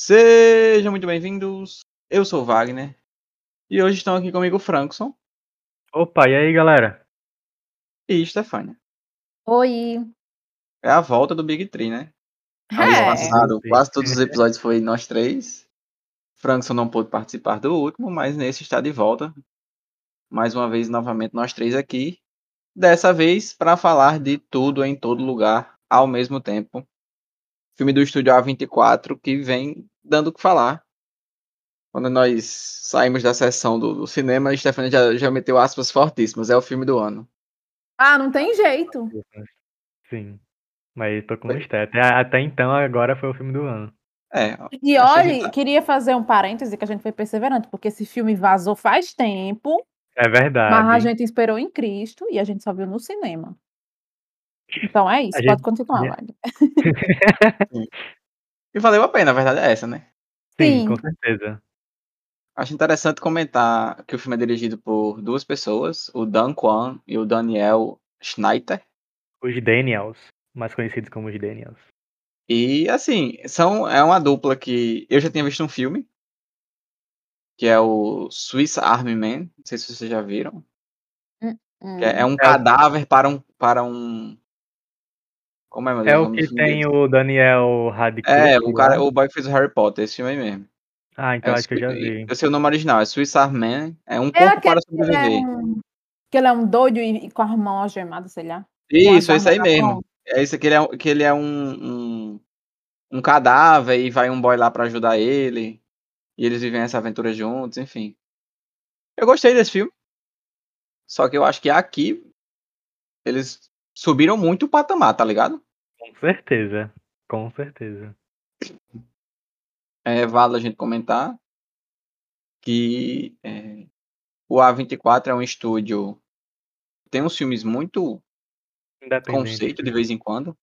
Sejam muito bem-vindos. Eu sou o Wagner e hoje estão aqui comigo o Frankson Opa, e aí, galera? e Stefania. Oi. É a volta do Big Tree, né? Mês É. passado, quase todos os episódios foi nós três. Frankson não pôde participar do último, mas nesse está de volta. Mais uma vez, novamente, nós três aqui. Dessa vez, para falar de tudo em todo lugar ao mesmo tempo. Filme do estúdio A24 que vem dando o que falar. Quando nós saímos da sessão do cinema, a Stefania já meteu aspas fortíssimas. É o filme do ano. Ah, não tem jeito. Sim, mas tô com mistério. Até então, agora foi o filme do ano. É, E acho que a gente olha, queria fazer um parêntese que a gente foi perseverante, porque esse filme vazou faz tempo, É mas a verdade. gente esperou em Cristo e a gente só viu no cinema. Então é A isso, pode gente... continuar, Wagner. Sim. E valeu a pena, a verdade é essa, né? Sim, com Sim. certeza. Acho interessante comentar que o filme é dirigido por duas pessoas, o Dan Kwan e o Daniel Schneider. Os Daniels, mais conhecidos como os Daniels. E assim, é uma dupla que eu já tinha visto um filme, que é o Swiss Army Man, não sei se vocês já viram, que é um É o, cadáver para um, como é, meu é Deus, o o nome do que filme tem deles? o Daniel Radcliffe É, o lá. cara, o boy que fez o Harry Potter, esse filme aí mesmo. Ah, então acho que eu já vi. Eu sei o nome original, é Swiss Army Man, é um É corpo aquele para que ele é sobreviver. um doido e com a mão algemada, sei lá, com as Isso, é isso armas aí na mesmo. mão. É isso que ele é um cadáver e vai um boy lá pra ajudar ele. E eles vivem essa aventura juntos, enfim. Eu gostei desse filme, só que eu acho que aqui eles subiram muito o patamar, tá ligado? Com certeza. Com certeza. É válido a gente comentar que o A24 é um estúdio que tem uns filmes muito Independente. conceito de vez em quando.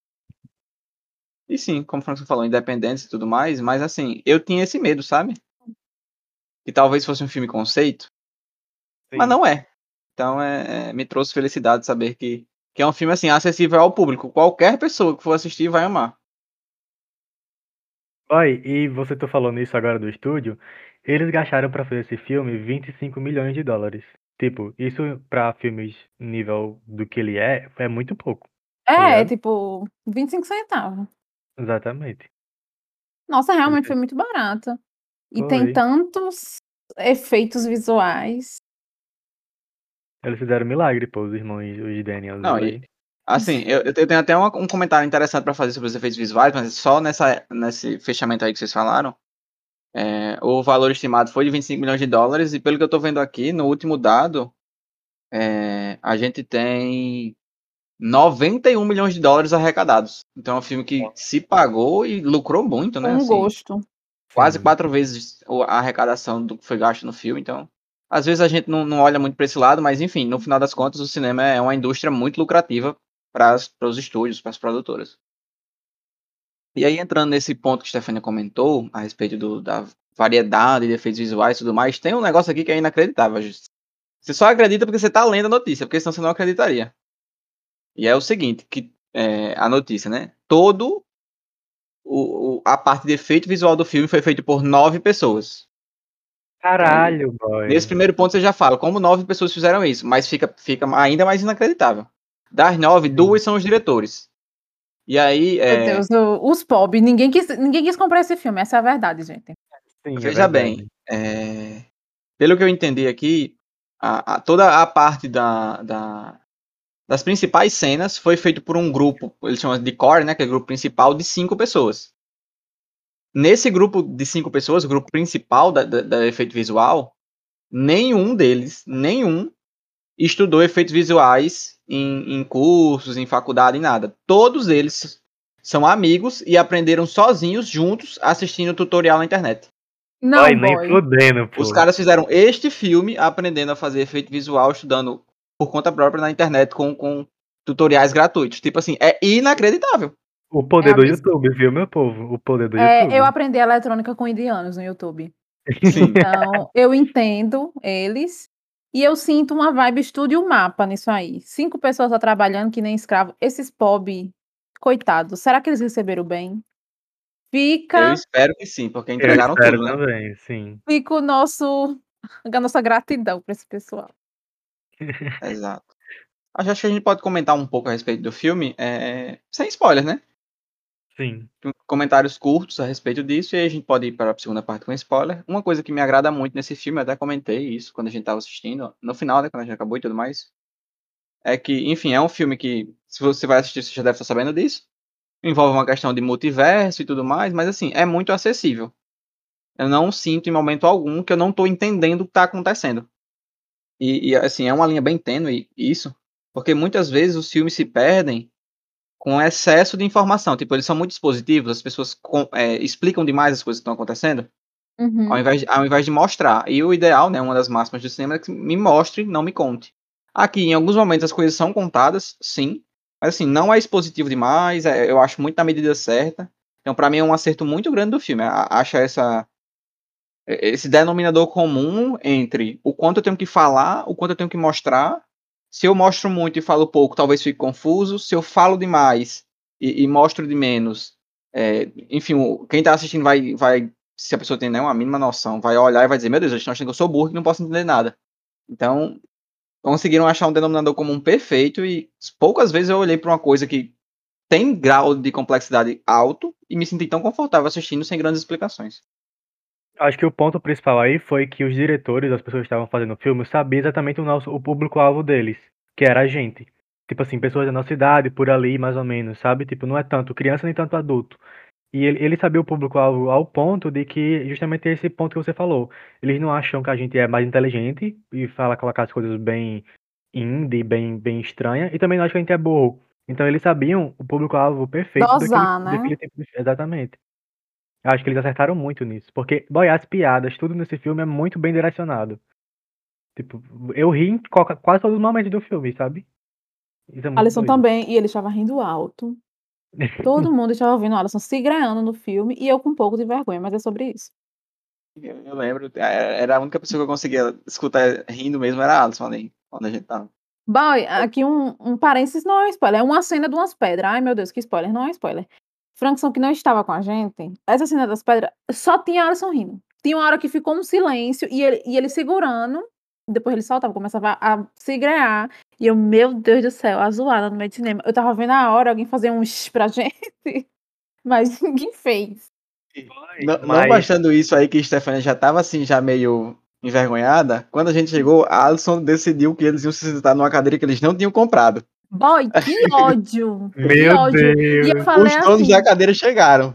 E sim, como o Francisco falou, independentes e tudo mais, mas assim, eu tinha esse medo, sabe? Que talvez fosse um filme conceito, mas Sim. não é. Então me trouxe felicidade saber que é um filme assim acessível ao público. Qualquer pessoa que for assistir vai amar. Oi, e você tá falando isso agora do estúdio? Eles gastaram pra fazer esse filme 25 milhões de dólares. Tipo, isso pra filmes nível do que ele é muito pouco, tá É, ligado? tipo, 25 centavos. Exatamente. Nossa, Eles realmente foi fizeram- muito barato. E tem Foi. tantos efeitos visuais. Eles fizeram milagre, pô, os irmãos, os Daniels, Não, e foi. assim, eu tenho até um comentário interessante para fazer sobre os efeitos visuais, mas só nesse fechamento aí que vocês falaram. O valor estimado foi de 25 milhões de dólares, e pelo que eu tô vendo aqui, no último dado, a gente tem 91 milhões de dólares arrecadados. Então é um filme que se pagou e lucrou muito, né? Com Assim, gosto. quase Sim. 4 vezes a arrecadação do que foi gasto no filme. Então, às vezes a gente não olha muito para esse lado, mas enfim, no final das contas, o cinema é uma indústria muito lucrativa para os estúdios, para as produtoras. E aí, entrando nesse ponto que a Stefania comentou, a respeito da variedade de efeitos visuais e tudo mais, tem um negócio aqui que é inacreditável, Justo. Você só acredita porque você tá lendo a notícia, porque senão você não acreditaria. E é o seguinte, que a notícia, né? A parte de efeito visual do filme foi feito por 9 pessoas. Então, Caralho, nesse boy. primeiro ponto você já fala, como 9 pessoas fizeram isso, mas fica ainda mais inacreditável. Das 9, Sim. 2 são os diretores. E aí, Meu Deus, os pobres, ninguém quis comprar esse filme, essa é a verdade, gente. Sim, é veja bem, verdade. pelo que eu entendi aqui, toda a parte das principais cenas foi feito por um grupo, eles chamam de core, né, que é o grupo principal, de 5 pessoas. Nesse grupo de 5 pessoas, o grupo principal da efeito visual, nenhum estudou efeitos visuais em cursos, em faculdade, em nada. Todos eles são amigos e aprenderam sozinhos, juntos, assistindo tutorial na internet. Boy, Não, nem boy. fudendo, Os pô. caras fizeram este filme aprendendo a fazer efeito visual, estudando por conta própria na internet com tutoriais gratuitos. Tipo assim, é inacreditável. O É poder do absurdo. YouTube, viu, meu povo? O poder do Eu YouTube. aprendi eletrônica com indianos no YouTube. Sim. Então, eu entendo eles e eu sinto uma vibe estúdio mapa nisso aí. 5 pessoas só trabalhando que nem escravo. Esses pobre, coitados, será que eles receberam bem? Eu Fica, espero que sim, porque Eu entregaram espero tudo, né? também, sim. fica a nossa gratidão para esse pessoal. Exato. Acho que a gente pode comentar um pouco a respeito do filme, sem spoiler, né? Sim. Comentários curtos a respeito disso, e aí a gente pode ir para a segunda parte com spoiler. Uma coisa que me agrada muito nesse filme, eu até comentei isso quando a gente estava assistindo, no final, né, quando a gente acabou e tudo mais, é que, enfim, é um filme que, se você vai assistir, você já deve estar sabendo disso, envolve uma questão de multiverso e tudo mais, mas, assim, é muito acessível. Eu não sinto em momento algum que eu não estou entendendo o que está acontecendo. Assim, é uma linha bem tênue isso, porque muitas vezes os filmes se perdem com excesso de informação. Tipo, eles são muito expositivos, as pessoas explicam demais as coisas que estão acontecendo, Uhum. ao invés de mostrar. E o ideal, né, uma das máximas do cinema é que me mostre, não me conte. Aqui, em alguns momentos, as coisas são contadas, sim, mas assim, não é expositivo demais, eu acho muito na medida certa. Então, pra mim, é um acerto muito grande do filme. Acha esse denominador comum entre o quanto eu tenho que falar, o quanto eu tenho que mostrar. Se eu mostro muito e falo pouco, talvez fique confuso. Se eu falo demais e mostro de menos, enfim, quem está assistindo vai, se a pessoa tem, né, uma mínima noção, vai olhar e vai dizer: meu Deus, eles estão achando que eu sou burro e não posso entender nada. Então, conseguiram achar um denominador comum perfeito e poucas vezes eu olhei para uma coisa que tem grau de complexidade alto e me senti tão confortável assistindo sem grandes explicações. Acho que o ponto principal aí foi que os diretores, as pessoas que estavam fazendo o filme, sabiam exatamente o público-alvo deles, que era a gente. Tipo assim, pessoas da nossa idade, por ali, mais ou menos, sabe? Tipo, não é tanto criança nem tanto adulto. E ele sabia o público-alvo ao ponto de que, justamente esse ponto que você falou, eles não acham que a gente é mais inteligente e fala colocar as coisas bem indie, bem estranha, e também não acham que a gente é burro. Então eles sabiam o público-alvo perfeito Dosar, né? daquele tipo de... Exatamente. Eu acho que eles acertaram muito nisso. Porque, boy, as piadas, tudo nesse filme é muito bem direcionado. Tipo, eu ri em quase todos os momentos do filme, sabe? Isso é muito Alisson doido. também, e ele estava rindo alto. Todo mundo estava ouvindo o Alisson se greando no filme e eu com um pouco de vergonha, mas é sobre isso. Eu lembro, era a única pessoa que eu conseguia escutar rindo mesmo, era a Alisson ali, quando a gente tava. Boy, aqui um parênteses não é um spoiler, é uma cena de umas pedras. Ai, meu Deus, que spoiler, não é spoiler. Frankson, que não estava com a gente, essa cena das pedras, só tinha Alisson rindo. Tinha uma hora que ficou um silêncio e ele segurando, depois ele soltava, começava a se grear. E eu, meu Deus do céu, a zoada no meio do cinema. Eu tava vendo a hora alguém fazer um pra gente, mas ninguém fez. Boy, Não mas, bastando isso aí, que Stephanie já tava assim, já meio envergonhada, quando a gente chegou, a Alisson decidiu que eles iam se sentar numa cadeira que eles não tinham comprado. Boy, que ódio, que meu ódio. E eu Deus. falei Os donos da assim, cadeira chegaram.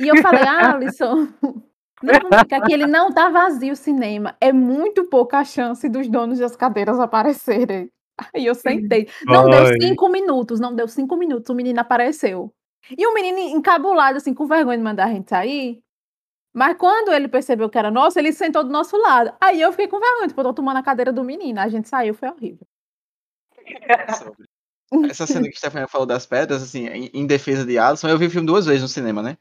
Alisson, não, que aqui ele não tá vazio o cinema. É muito pouca a chance dos donos das cadeiras aparecerem. Aí eu sentei. Não deu Boy. 5 minutos, não deu 5 minutos, o menino apareceu. E o menino encabulado, assim, com vergonha de mandar a gente sair. Mas quando ele percebeu que era nosso, ele sentou do nosso lado. Aí eu fiquei com vergonha, tipo, eu tô tomando a cadeira do menino. A gente saiu, foi horrível. Sobre. Essa cena que Stephanie falou das pedras, assim, em defesa de Alisson, eu vi o filme 2 vezes no cinema, né?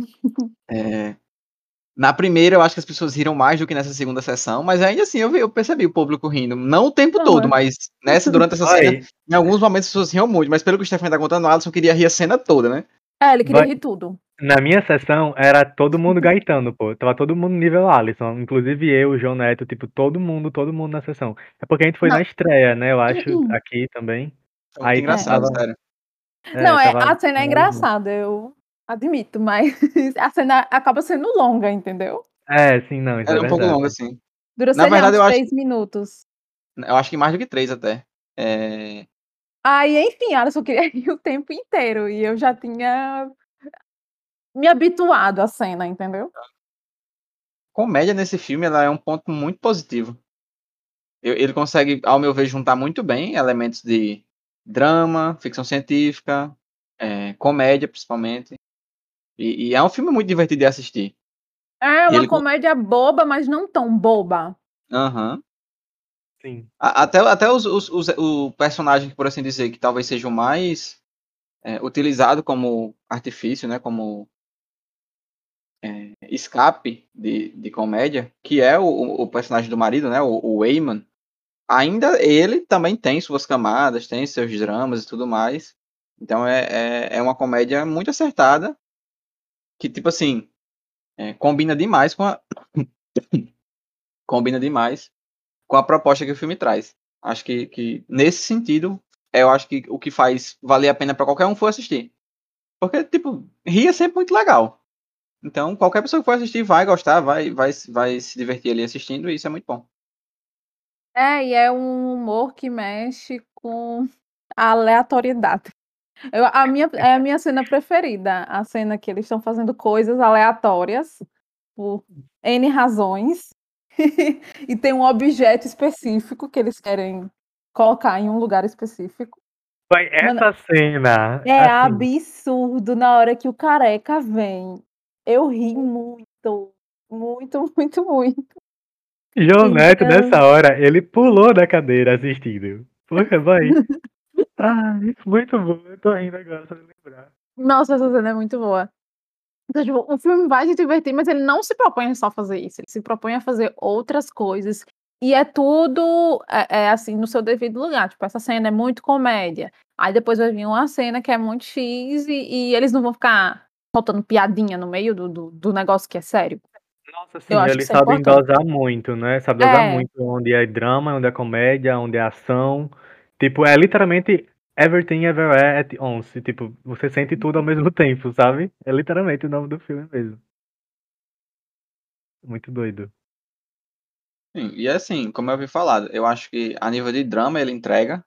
Na primeira, eu acho que as pessoas riram mais do que nessa segunda sessão, mas ainda assim eu percebi o público rindo. Não o tempo todo, Aham. mas durante essa cena, Boy, em alguns momentos as pessoas riam muito, mas pelo que o Stephanie tá contando, o Alisson queria rir a cena toda, né? É, ele queria boy, rir tudo. na minha sessão era todo mundo gaitando, pô. Tava todo mundo nível Alisson. Inclusive eu, o João Neto, tipo, todo mundo na sessão. É porque a gente foi Não. na estreia, né? Eu acho, aqui também. Foi muito Aí, tipo, É. engraçado, tava. sério. Não, Tava. a cena é engraçada, eu admito, mas a cena acaba sendo longa, entendeu? Sim, não, isso é Era um pouco verdade. longo, assim. Dura, Na sei lá, verdade, uns 3 minutos. eu acho que mais do que 3 até. É, Aí, enfim, Alisson queria rir o tempo inteiro e eu já tinha me habituado à cena, entendeu? comédia nesse filme, ela é um ponto muito positivo. Ele consegue, ao meu ver, juntar muito bem elementos de drama, ficção científica, comédia, principalmente. E é um filme muito divertido de assistir. É E uma ele, comédia boba, mas não tão boba. aham. Sim. Até o personagem que, por assim dizer, que talvez seja o mais utilizado como artifício, né, como escape de comédia, que é o personagem do marido, né, o Wayman. Ainda ele também tem suas camadas, tem seus dramas e tudo mais. Então é uma comédia muito acertada que, tipo assim, combina demais com a. Combina demais com a proposta que o filme traz. Acho que nesse sentido, eu acho que o que faz valer a pena pra qualquer um for assistir. Porque, tipo, rir é sempre muito legal. Então, qualquer pessoa que for assistir vai gostar, vai se divertir ali assistindo, e isso é muito bom. É, e é um humor que mexe com a aleatoriedade. É a minha cena preferida, a cena que eles estão fazendo coisas aleatórias por N razões, e tem um objeto específico que eles querem colocar em um lugar específico. Foi Mano, essa cena, é assim, absurdo na hora que o careca vem. Eu ri muito, muito, muito, muito. João Neto, nessa Então, hora, ele pulou da cadeira assistindo. Porque, vai. Ai, muito bom. Eu tô rindo agora, só de lembrar. nossa, essa cena é muito boa. Então, tipo, o filme vai te divertir, mas ele não se propõe a só fazer isso, ele se propõe a fazer outras coisas, e é tudo, assim, no seu devido lugar, tipo, essa cena é muito comédia, aí depois vai vir uma cena que é muito X e eles não vão ficar soltando piadinha no meio do negócio que é sério. Nossa, Eu sim, acho que eles isso é sabem importante. dosar muito, né? Sabe dosar É, muito onde é drama, onde é comédia, onde é ação. Tipo, é literalmente Everything Everywhere at Once. Tipo, você sente tudo ao mesmo tempo, sabe? É literalmente o nome do filme mesmo. Muito doido. Sim, e assim, como eu havia falado, eu acho que a nível de drama ele entrega.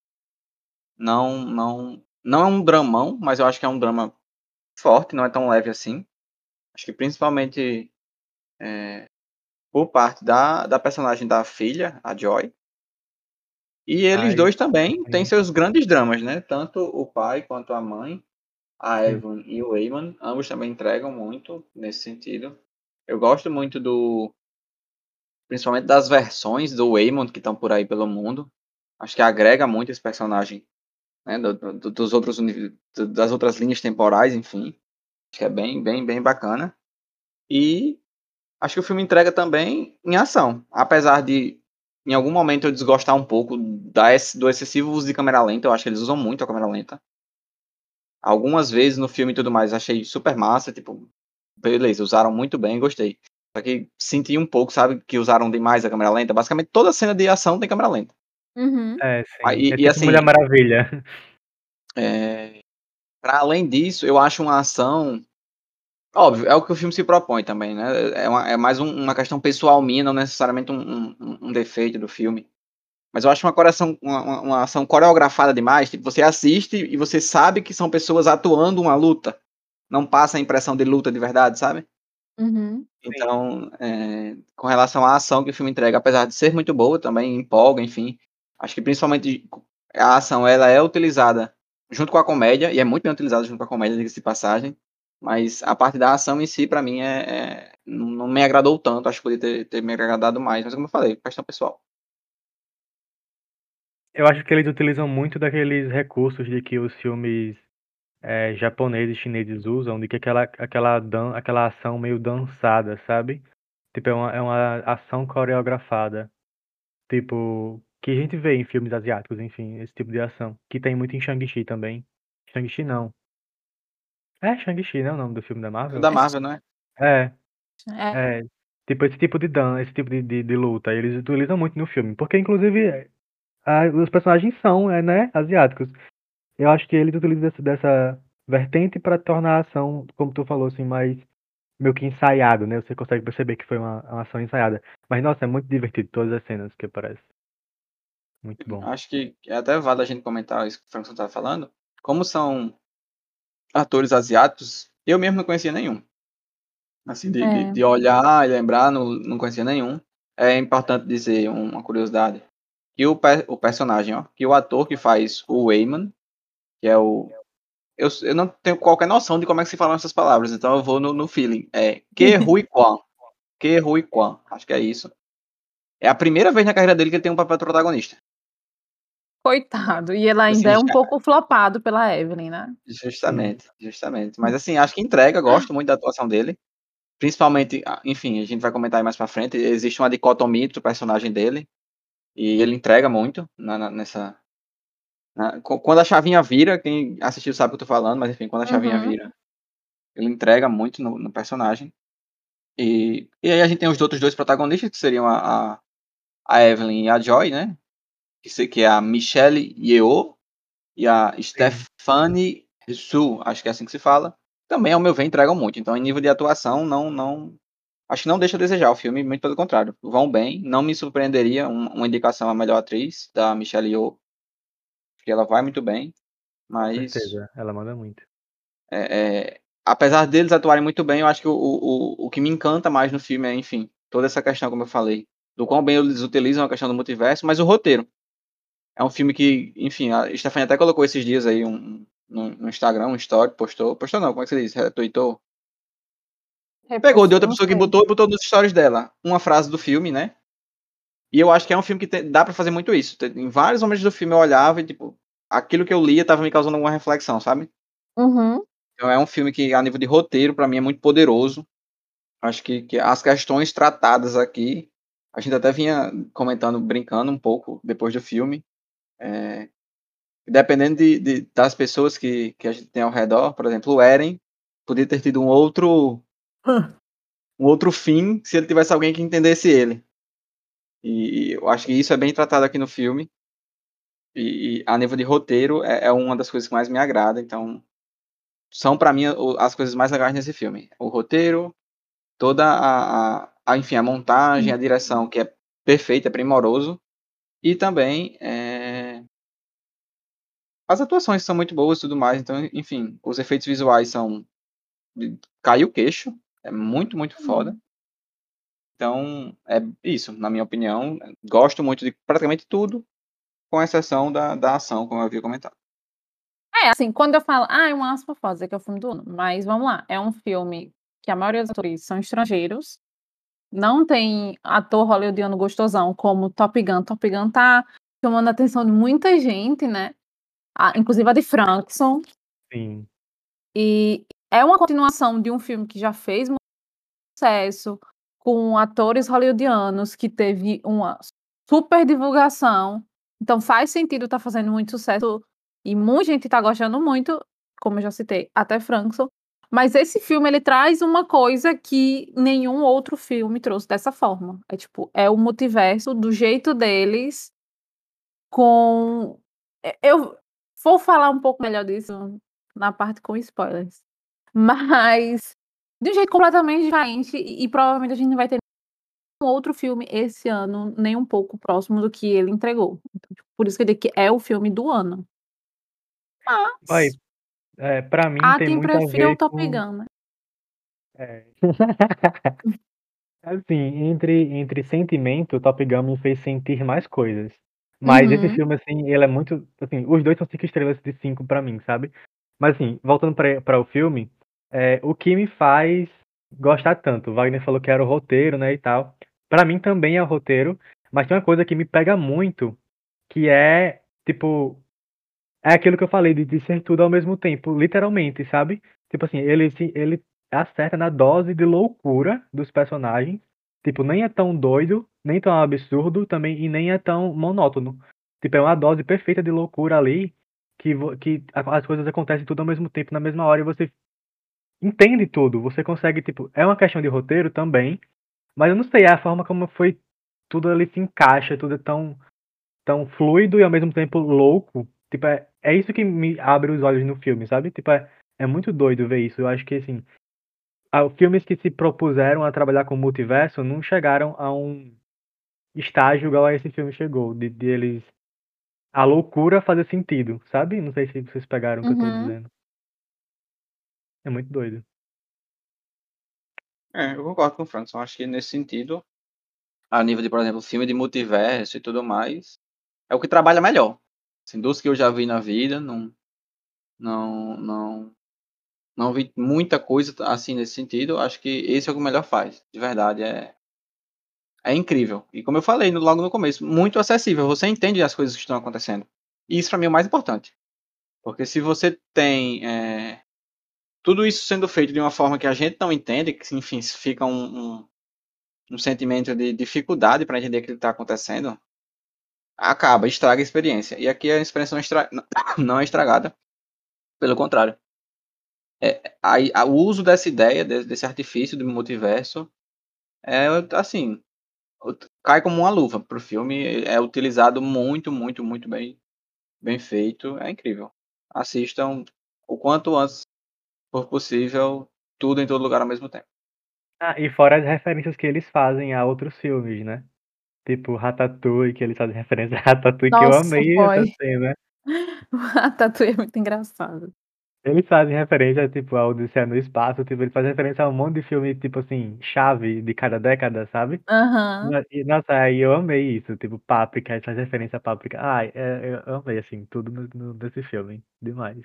Não é um dramão, mas eu acho que é um drama forte, não é tão leve assim. Acho que principalmente por parte da personagem da filha, a Joy. E eles Ai, dois também têm sim, seus grandes dramas, né? Tanto o pai quanto a mãe, a sim. Evan e o Eamon, ambos também entregam muito nesse sentido. Eu gosto muito principalmente das versões do Eamon que estão por aí pelo mundo. Acho que agrega muito esse personagem, né? Dos outros, das outras linhas temporais, enfim. Acho que é bem bacana. E acho que o filme entrega também em ação. Apesar de, em algum momento, eu desgostar um pouco do excessivo uso de câmera lenta. Eu acho que eles usam muito a câmera lenta. Algumas vezes no filme e tudo mais, achei super massa. Tipo, beleza, usaram muito bem, gostei. Só que senti um pouco, sabe, que usaram demais a câmera lenta. Basicamente, toda cena de ação tem câmera lenta. uhum. É, Ah, sim. É E tipo Mulher assim, Maravilha. para além disso, eu acho uma ação. Óbvio, é o que o filme se propõe também, né? É mais uma questão pessoal minha, não necessariamente um defeito do filme. Mas eu acho uma ação coreografada demais. Tipo, você assiste e você sabe que são pessoas atuando uma luta. Não passa a impressão de luta de verdade, sabe? Uhum. Sim. Então, com relação à ação que o filme entrega, apesar de ser muito boa, também empolga, enfim. Acho que principalmente a ação ela é utilizada junto com a comédia, e é muito bem utilizada junto com a comédia, diga-se de passagem. Mas a parte da ação em si, pra mim, não me agradou tanto. Acho que podia ter me agradado mais. Mas como eu falei, questão pessoal. Eu acho que eles utilizam muito daqueles recursos de que os filmes japoneses e chineses usam, de que aquela ação meio dançada, sabe? Tipo, é uma ação coreografada. Tipo, que a gente vê em filmes asiáticos, enfim, esse tipo de ação. Que tem muito em Shang-Chi também. Shang-Chi não. É Shang-Chi, não é o nome do filme da É Marvel? da Marvel, não é? É, É. é. Tipo, esse tipo de esse tipo de luta, eles utilizam muito no filme. Porque, inclusive, os personagens são, né, asiáticos. Eu acho que eles utilizam dessa vertente pra tornar a ação, como tu falou, assim, mais meio que ensaiado, né? Você consegue perceber que foi uma ação ensaiada. Mas, nossa, é muito divertido todas as cenas que aparecem. Muito bom. Acho que é até válido a gente comentar isso que o Frankson estava falando. Como são atores asiáticos, eu mesmo não conhecia nenhum. Assim, É. de olhar e lembrar, não conhecia nenhum. É importante dizer uma curiosidade. Que o personagem, ó, que o ator que faz o Wayman, que é o. Eu não tenho qualquer noção de como é que se falam essas palavras, então eu vou no feeling. É Ke Huy Quan. Ke Huy Quan, acho que é isso. É a primeira vez na carreira dele que ele tem um papel protagonista. Coitado, e ele ainda Assim, é um pouco flopado pela Evelyn, né. Sim. justamente. Mas assim, acho que entrega, gosto muito da atuação dele. Principalmente, enfim, a gente vai comentar aí mais pra frente. Existe uma dicotomia entre o personagem dele e ele entrega muito nessa. Quando a chavinha vira, quem assistiu sabe o que eu tô falando, mas enfim, quando a chavinha Uhum. vira, Ele entrega muito no personagem. E aí a gente tem os outros dois protagonistas, que seriam a Evelyn e a Joy, né? Que é a Michelle Yeoh e a Sim. Stephanie Su, acho que é assim que se fala. Também, ao meu ver, entregam muito. Então, em nível de atuação, acho que não deixa a desejar o filme, muito pelo contrário. Vão bem, não me surpreenderia uma indicação à melhor atriz da Michelle Yeoh, porque ela vai muito bem, Com mas certeza, ela manda muito. apesar deles atuarem muito bem, eu acho que o que me encanta mais no filme é, enfim, toda essa questão, como eu falei, do quão bem eles utilizam a questão do multiverso, mas o roteiro. É um filme que, enfim, a Stephanie até colocou esses dias aí no Instagram, um story, postou não, como é que você diz? Retweetou. Pegou de Repostou, outra não pessoa que sei. botou nos stories dela uma frase do filme, né? E eu acho que é um filme que dá pra fazer muito isso. Em vários momentos do filme eu olhava e, tipo, aquilo que eu lia tava me causando alguma reflexão, sabe? Uhum. Então é um filme que, a nível de roteiro, pra mim é muito poderoso. Acho que as questões tratadas aqui, a gente até vinha comentando, brincando um pouco depois do filme. Dependendo das pessoas que a gente tem ao redor, por exemplo, o Eren podia ter tido um outro fim se ele tivesse alguém que entendesse ele. E eu acho que isso é bem tratado aqui no filme. E a nível de roteiro é uma das coisas que mais me agrada. Então, são para mim as coisas mais legais nesse filme. O roteiro, toda enfim, a montagem, a direção, que é perfeita, é primoroso. E também as atuações são muito boas e tudo mais. Então, enfim, os efeitos visuais são cai o queixo. É muito, muito foda. Uhum. Então, é isso, na minha opinião. Gosto muito de praticamente tudo, com exceção da ação, como eu havia comentado. É, assim, quando eu falo, é uma aspa pode dizer que é o filme do ano, mas vamos lá, é um filme que a maioria dos atores são estrangeiros, não tem ator hollywoodiano gostosão como Top Gun. Top Gun tá chamando a atenção de muita gente, né, inclusive a de Frankson, Sim. e é uma continuação de um filme que já fez muito sucesso, com atores hollywoodianos, que teve uma super divulgação, então faz sentido estar fazendo muito sucesso, e muita gente tá gostando muito, como eu já citei, até Frankson, mas esse filme ele traz uma coisa que nenhum outro filme trouxe dessa forma, é tipo, é o multiverso do jeito deles, com eu vou falar um pouco melhor disso na parte com spoilers, mas de um jeito completamente diferente e provavelmente a gente não vai ter um outro filme esse ano, nem um pouco próximo do que ele entregou. Então, tipo, por isso que eu digo que é o filme do ano. Vai, Mas pra mim há tem quem muito a prefira o ver Top com. Gun, né. É. Assim, entre sentimento, o Top Gun me fez sentir mais coisas. Mas esse Uhum, filme, assim, ele é muito. Assim, os dois são 5 estrelas de 5 pra mim, sabe? Mas, assim, voltando pra o filme, o que me faz gostar tanto? O Wagner falou que era o roteiro, né, e tal. Pra mim também é o roteiro, mas tem uma coisa que me pega muito, que é, tipo, é aquilo que eu falei, de ser tudo ao mesmo tempo, literalmente, sabe? Tipo assim, ele acerta na dose de loucura dos personagens. Tipo, nem é tão doido, nem tão absurdo também, e nem é tão monótono. Tipo, é uma dose perfeita de loucura ali, as coisas acontecem tudo ao mesmo tempo, na mesma hora, e você entende tudo. Você consegue, tipo, é uma questão de roteiro também, mas eu não sei, é a forma como foi, tudo ali se encaixa, tudo é tão fluido e ao mesmo tempo louco. Tipo, é isso que me abre os olhos no filme, sabe? Tipo, é muito doido ver isso. Eu acho que, assim, filmes que se propuseram a trabalhar com multiverso não chegaram a um estágio igual a esse filme chegou, de eles. A loucura fazer sentido, sabe? Não sei se vocês pegaram o que eu tô uhum, dizendo. É muito doido. Eu concordo com o Frankson. Acho que nesse sentido, a nível de, por exemplo, filme de multiverso e tudo mais, é o que trabalha melhor. Assim, dos que eu já vi na vida, não, não, não vi muita coisa assim nesse sentido. Acho que esse é o que melhor faz. De verdade, é incrível. E como eu falei logo no começo, muito acessível. Você entende as coisas que estão acontecendo. E isso para mim é o mais importante. Porque se você tem tudo isso sendo feito de uma forma que a gente não entende, que enfim, fica um sentimento de dificuldade para entender o que está acontecendo, acaba, estraga a experiência. E aqui a experiência não é estragada, pelo contrário. O uso dessa ideia, desse artifício do multiverso, assim, cai como uma luva pro filme, é utilizado muito, muito, muito bem feito, é incrível. Assistam o quanto antes for possível, tudo em todo lugar ao mesmo tempo. Ah, e fora as referências que eles fazem a outros filmes, né? Tipo Ratatouille, que eles fazem referência a Ratatouille, que eu Nossa, amei essa boy. cena. A Tatu é muito engraçado. Eles fazem referência, tipo, ao Odisseia no Espaço, tipo, eles fazem referência a um monte de filme, tipo assim, chave de cada década, sabe? Aham. E, nossa, aí eu amei isso, tipo, Páprica, eles fazem referência a Páprica. Ai, eu amei, assim, tudo nesse filme, demais.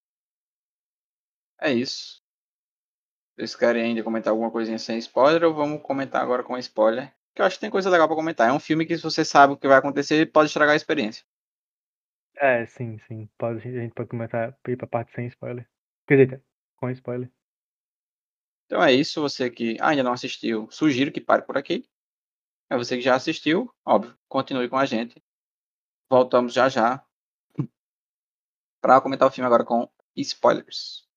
É isso. Vocês querem ainda comentar alguma coisinha sem spoiler ou vamos comentar agora com spoiler? Que eu acho que tem coisa legal pra comentar. É um filme que se você sabe o que vai acontecer, pode estragar a experiência. É, sim, sim, a gente pode começar a ir pra parte sem spoiler. Quer dizer, com spoiler. Então é isso. Você que ainda não assistiu, sugiro que pare por aqui. É você que já assistiu, óbvio, continue com a gente. Voltamos já já para comentar o filme agora com spoilers.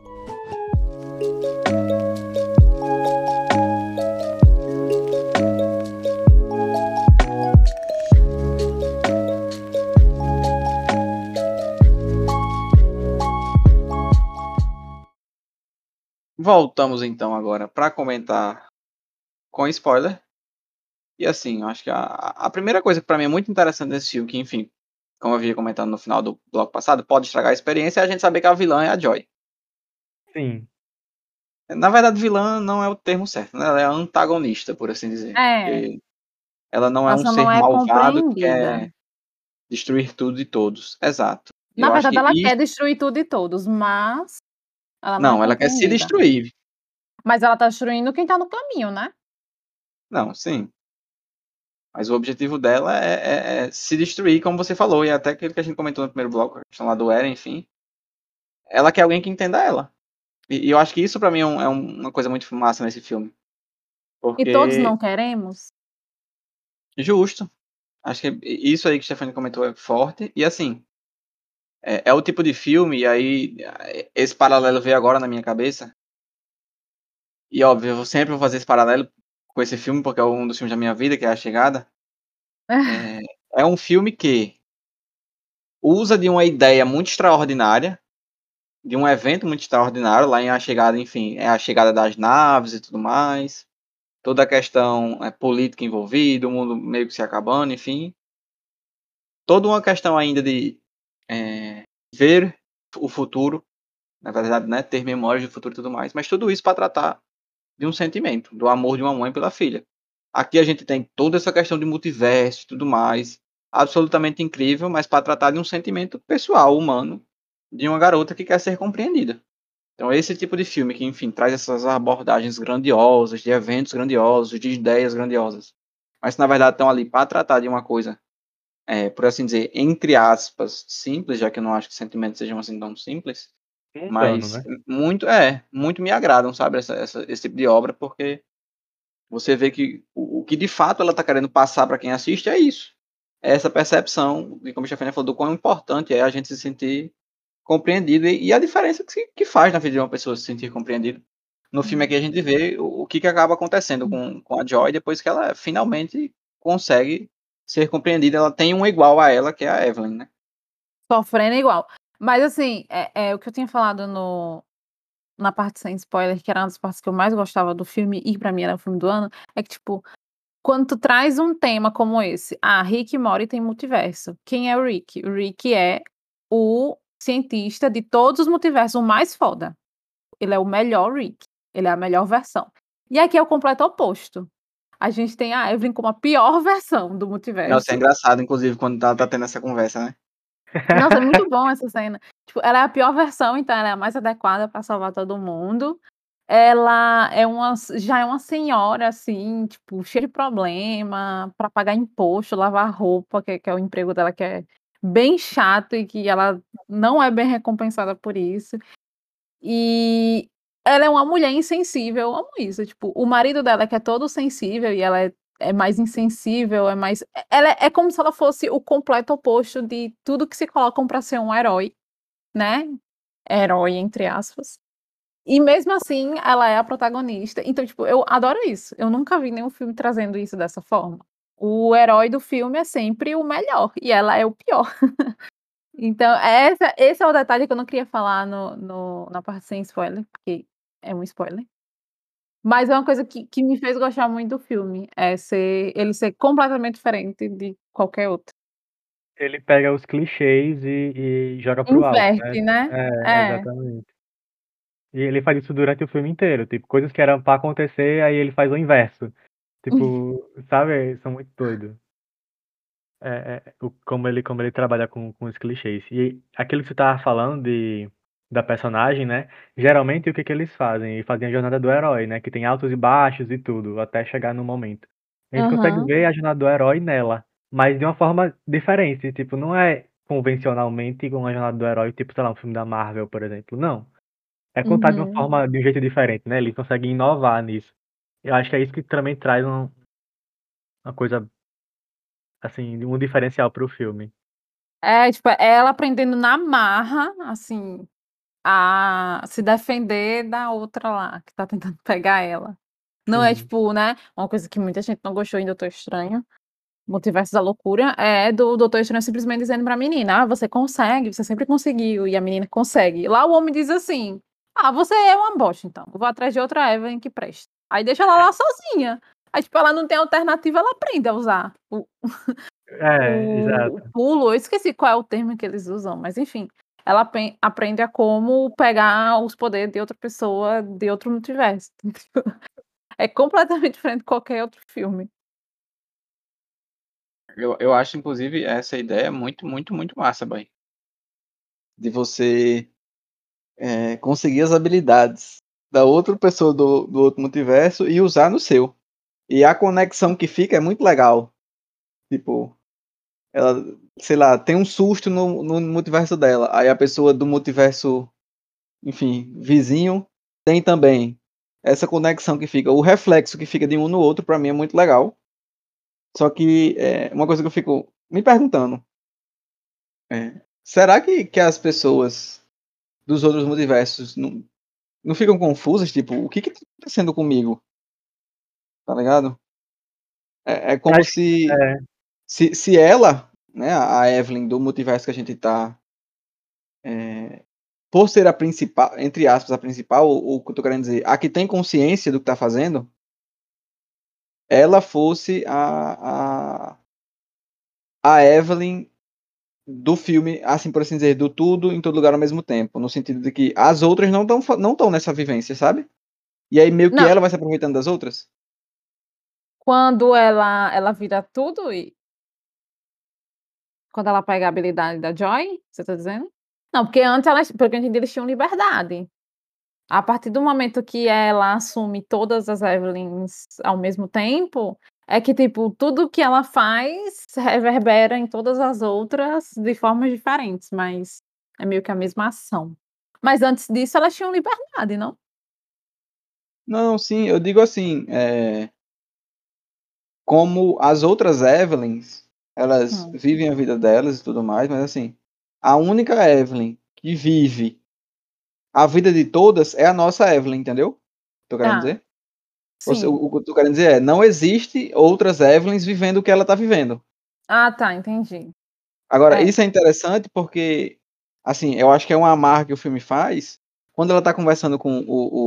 Voltamos então agora para comentar com spoiler. E assim, eu acho que a primeira coisa que para mim é muito interessante nesse filme, que enfim, como eu havia comentado no final do bloco passado, pode estragar a experiência, é a gente saber que a vilã é a Joy. Sim, Na verdade, vilã não é o termo certo, né? Ela é a antagonista, por assim dizer. É, Porque ela não é ela um só não ser é malvado que compreendida. quer destruir tudo e todos. Exato. E Na eu acho verdade, que ela isso. quer destruir tudo e todos, mas ela não é Não, ela quer se compreendida. destruir. Mas ela tá destruindo quem tá no caminho, né? Não, sim. Mas o objetivo dela é se destruir, como você falou, e até aquilo que a gente comentou no primeiro bloco, a questão lá do Eren, enfim. Ela quer alguém que entenda ela. E eu acho que isso pra mim uma coisa muito massa nesse filme. E todos Porque, não queremos? justo. Acho que isso aí que a Stephanie comentou é forte. E assim, é o tipo de filme, e aí esse paralelo veio agora na minha cabeça. E óbvio, eu sempre vou fazer esse paralelo com esse filme, porque é um dos filmes da minha vida, que é A Chegada. É, é um filme que usa de uma ideia muito extraordinária, de um evento muito extraordinário, lá em A Chegada, enfim, é a chegada das naves e tudo mais, toda a questão política envolvida, o mundo meio que se acabando, enfim. Toda uma questão ainda de ver o futuro, na verdade, né, ter memórias do futuro e tudo mais, mas tudo isso para tratar de um sentimento, do amor de uma mãe pela filha. Aqui a gente tem toda essa questão de multiverso e tudo mais, absolutamente incrível, mas para tratar de um sentimento pessoal, humano, de uma garota que quer ser compreendida. Então esse tipo de filme que, enfim, traz essas abordagens grandiosas, de eventos grandiosos, de ideias grandiosas, mas que na verdade estão ali para tratar de uma coisa, por assim dizer, entre aspas, simples, já que eu não acho que sentimentos sejam assim tão simples, mundano, mas né? muito me agradam, sabe, esse tipo de obra, porque você vê que o que de fato ela está querendo passar para quem assiste é isso. É essa percepção, de como a Stefania falou, do quão importante é a gente se sentir compreendido e a diferença que faz na vida de uma pessoa se sentir compreendida. No filme aqui a gente vê o que acaba acontecendo com a Joy depois que ela finalmente consegue ser compreendida. Ela tem um igual a ela, que é a Evelyn, né? Sofrendo igual. Mas assim, o que eu tinha falado na parte sem spoiler, que era uma das partes que eu mais gostava do filme, e pra mim era o filme do ano, é que, tipo, quando tu traz um tema como esse, Rick e Morty tem multiverso. Quem é o Rick? O Rick é o cientista de todos os multiversos, o mais foda. Ele é o melhor Rick. Ele é a melhor versão. E aqui é o completo oposto. A gente tem a Evelyn como a pior versão do Nossa, é multiverso. engraçado, inclusive, quando tá tendo essa conversa, né? Nossa, é muito bom essa cena. Tipo, ela é a pior versão, então ela é a mais adequada pra salvar todo mundo. Ela já é uma senhora, assim, tipo, cheia de problema, pra pagar imposto, lavar roupa, que é o emprego dela, que é bem chato e que ela não é bem recompensada por isso. E ela é uma mulher insensível, eu amo isso, tipo, o marido dela que é todo sensível e ela é mais insensível, ela é como se ela fosse o completo oposto de tudo que se colocam pra ser um herói, né, herói entre aspas. E mesmo assim, ela é a protagonista. Então, tipo, eu adoro isso. Eu nunca vi nenhum filme trazendo isso dessa forma. O herói do filme é sempre o melhor e ela é o pior. Então, esse é o detalhe que eu não queria falar na parte sem spoiler, porque é um spoiler. Mas é uma coisa que me fez gostar muito do filme, ele ser completamente diferente de qualquer outro. Ele pega os clichês e joga pro alto, né. Inverte, né? É, É. exatamente. E ele faz isso durante o filme inteiro, tipo, coisas que eram pra acontecer, aí ele faz o inverso. Tipo, sabe, são muito doidos. Como ele trabalha com os clichês. E aquilo que você estava falando da personagem, né? Geralmente o que eles fazem? Eles fazem a jornada do herói, né? Que tem altos e baixos e tudo, até chegar no momento. A gente consegue Aham. ver a jornada do herói nela, mas de uma forma diferente. Tipo, não é convencionalmente com a jornada do herói, tipo, sei lá, um filme da Marvel, por exemplo. Não. É contado de uma Uhum. forma, de um jeito diferente, né? Eles conseguem inovar nisso. Eu acho que é isso que também traz uma coisa, assim, um diferencial pro filme. É, tipo, é ela aprendendo na marra, assim, a se defender da outra lá, que tá tentando pegar ela. Não é Sim. tipo, né, uma coisa que muita gente não gostou em Doutor Estranho, Multiverso da Loucura, é do Doutor Estranho simplesmente dizendo pra menina: "Ah, você consegue, você sempre conseguiu", e a menina consegue. Lá o homem diz assim: "Ah, você é uma bosta então, eu vou atrás de outra Evelyn que presta". Aí deixa ela lá sozinha. Aí, tipo, ela não tem alternativa, ela aprende a usar É, o exato. pulo, eu esqueci qual é o termo que eles usam, mas enfim, ela aprende a como pegar os poderes de outra pessoa, de outro multiverso. É completamente diferente de qualquer outro filme. Eu acho, inclusive, essa ideia muito, muito, muito massa, boy. De você conseguir as habilidades da outra pessoa do outro multiverso e usar no seu. E a conexão que fica é muito legal. Tipo, ela, sei lá, tem um susto no multiverso dela. Aí a pessoa do multiverso, enfim, vizinho, tem também. Essa conexão que fica, o reflexo que fica de um no outro, pra mim é muito legal. Só que uma coisa que eu fico me perguntando será que as pessoas dos outros multiversos não ficam confusas? Tipo, o que tá acontecendo comigo? Tá ligado? É Eu como acho que é, se ela, né, a Evelyn do multiverso que a gente tá, por ser a principal, entre aspas, a principal, o que eu tô querendo dizer, a que tem consciência do que tá fazendo, ela fosse a Evelyn do filme, assim por assim dizer, do tudo em todo lugar ao mesmo tempo, no sentido de que as outras não estão nessa vivência, sabe? E aí meio que Não, ela vai se aproveitando das outras. quando ela vira tudo e quando ela pega a habilidade da Joy, você tá dizendo? Não, porque antes elas, pelo que eu entendi, eles tinham liberdade. A partir do momento que ela assume todas as Evelyns ao mesmo tempo, é que, tipo, tudo que ela faz reverbera em todas as outras de formas diferentes, mas é meio que a mesma ação. Mas antes disso elas tinham liberdade, não? Não, sim, eu digo assim, como as outras Evelyns, elas Hum. vivem a vida delas e tudo mais, mas assim, a única Evelyn que vive a vida de todas é a nossa Evelyn, entendeu? Tô querendo Ah, dizer? sim. O que eu tô querendo dizer não existe outras Evelyns vivendo o que ela tá vivendo. Ah, tá, entendi. Agora, É. isso é interessante porque, assim, eu acho que é uma amarra que o filme faz quando ela tá conversando com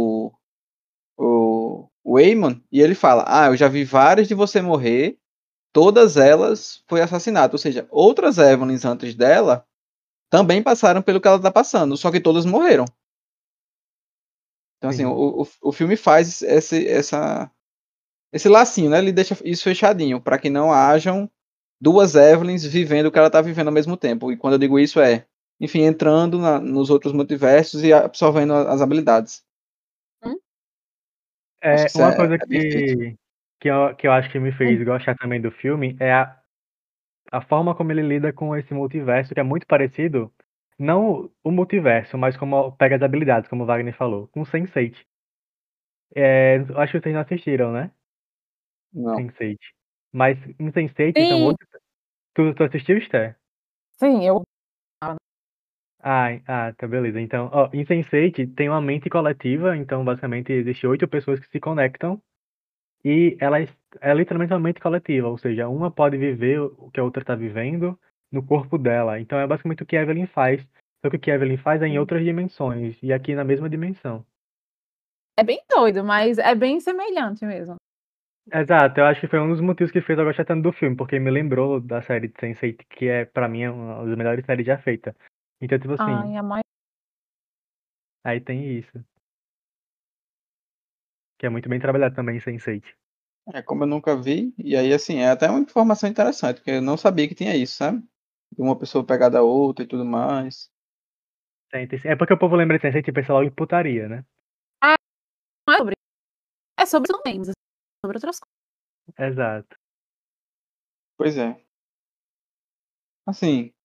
o Eamon e ele fala: "Ah, eu já vi várias de você morrer, todas elas foi assassinato." Ou seja, outras Evelyns antes dela também passaram pelo que ela tá passando, só que todas morreram. Então, assim, sim. o filme faz esse lacinho, né? Ele deixa isso fechadinho para que não hajam duas Evelyns vivendo o que ela tá vivendo ao mesmo tempo. E quando eu digo isso enfim, entrando nos outros multiversos e absorvendo as habilidades. Hum? Acho que É, isso uma é, coisa é bem feito. que eu acho que me Hum. fez gostar também do filme é a forma como ele lida com esse multiverso, que é muito parecido, não o multiverso, mas como pega as habilidades, como o Wagner falou, com Sense8. Eu acho que vocês não assistiram, né? Não. Sense8. Mas em Sense8 são Sim, outros. Tu assistiu, Esther? sim, eu Tá, beleza. Então, ó, em Sense8 tem uma mente coletiva, então basicamente existe 8 pessoas que se conectam e ela é literalmente uma mente coletiva, ou seja, uma pode viver o que a outra está vivendo no corpo dela. Então é basicamente o que a Evelyn faz, só que o que a Evelyn faz é em outras dimensões e aqui na mesma dimensão. É bem doido, mas é bem semelhante mesmo. Exato, eu acho que foi um dos motivos que fez eu gostar tanto do filme, porque me lembrou da série de Sense8, que é, pra mim, é uma das melhores séries já feitas. Então, tipo assim, Ai, a mãe. aí tem isso, que é muito bem trabalhado também em Sense8. É, como eu nunca vi, e aí, assim, é até uma informação interessante, porque eu não sabia que tinha isso, sabe? De uma pessoa pegar da outra e tudo mais. É porque o povo lembra de Sense8 e pensa logo em putaria, né? Ah, não é sobre. É sobre os memes, é sobre outras coisas. Exato. Pois é. Assim,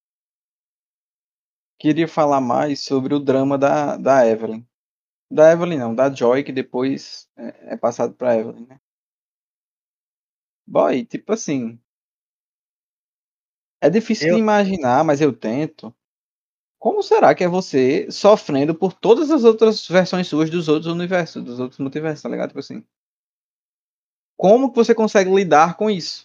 queria falar mais sobre o drama da Evelyn. Da Evelyn não, da Joy, que depois é passado pra Evelyn, né? Boy, tipo assim, é difícil de Eu, imaginar, mas eu tento. Como será que é você sofrendo por todas as outras versões suas dos outros universos, dos outros multiversos, tá ligado? Tipo assim, como que você consegue lidar com isso?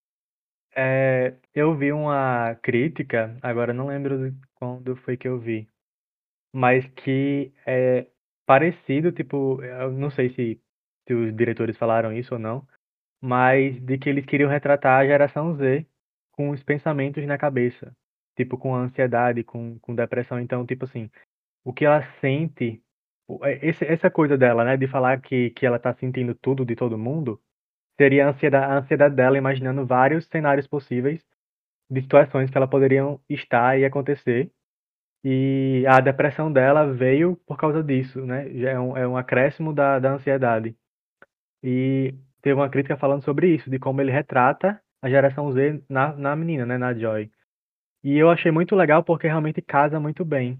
eu vi uma crítica, agora eu não lembro de quando foi que eu vi, mas que é parecido, tipo, eu não sei se os diretores falaram isso ou não, mas de que eles queriam retratar a geração Z com os pensamentos na cabeça, tipo, com ansiedade, com depressão. Então, tipo assim, o que ela sente, essa coisa dela, né, de falar que ela tá sentindo tudo de todo mundo, seria a ansiedade dela imaginando vários cenários possíveis de situações que ela poderiam estar e acontecer. E a depressão dela veio por causa disso, né? Já é um acréscimo da ansiedade. E teve uma crítica falando sobre isso, de como ele retrata a geração Z na menina, né, na Joy. E eu achei muito legal porque realmente casa muito bem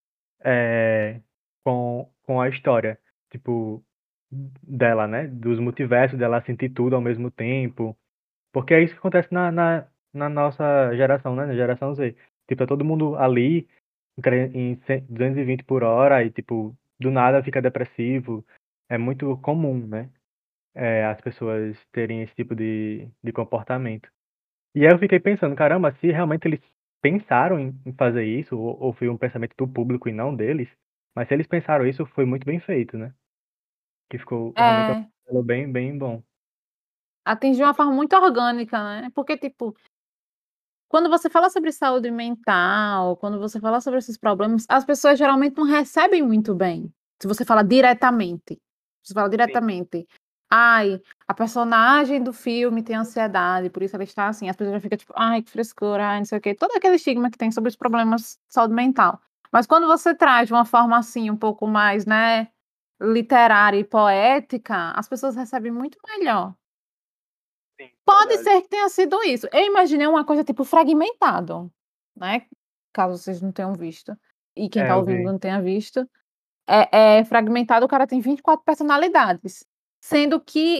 com a história, tipo, dela, né, dos multiversos, dela sentir tudo ao mesmo tempo. Porque é isso que acontece na nossa geração, né, na geração Z. Tipo, é todo mundo ali em 220 por hora e, tipo, do nada fica depressivo. É muito comum, né? As pessoas terem esse tipo de comportamento. E aí eu fiquei pensando, caramba, se realmente eles pensaram em fazer isso, ou foi um pensamento do público e não deles, mas se eles pensaram isso, foi muito bem feito, né? Que ficou realmente É, bem, bem bom. atingir uma forma muito orgânica, né? Porque, tipo, quando você fala sobre saúde mental, quando você fala sobre esses problemas, as pessoas geralmente não recebem muito bem. Se você fala diretamente. Você fala Sim. diretamente. Ai, a personagem do filme tem ansiedade, por isso ela está assim. As pessoas já ficam tipo, ai, que frescura, ai, não sei o quê. Todo aquele estigma que tem sobre os problemas de saúde mental. Mas quando você traz de uma forma assim, um pouco mais, né, literária e poética, as pessoas recebem muito melhor. Sim, Pode verdade. ser que tenha sido isso. Eu imaginei uma coisa tipo fragmentado, né, caso vocês não tenham visto, e quem tá Eu ouvindo vi. não tenha visto. É fragmentado, o cara tem 24 personalidades, sendo que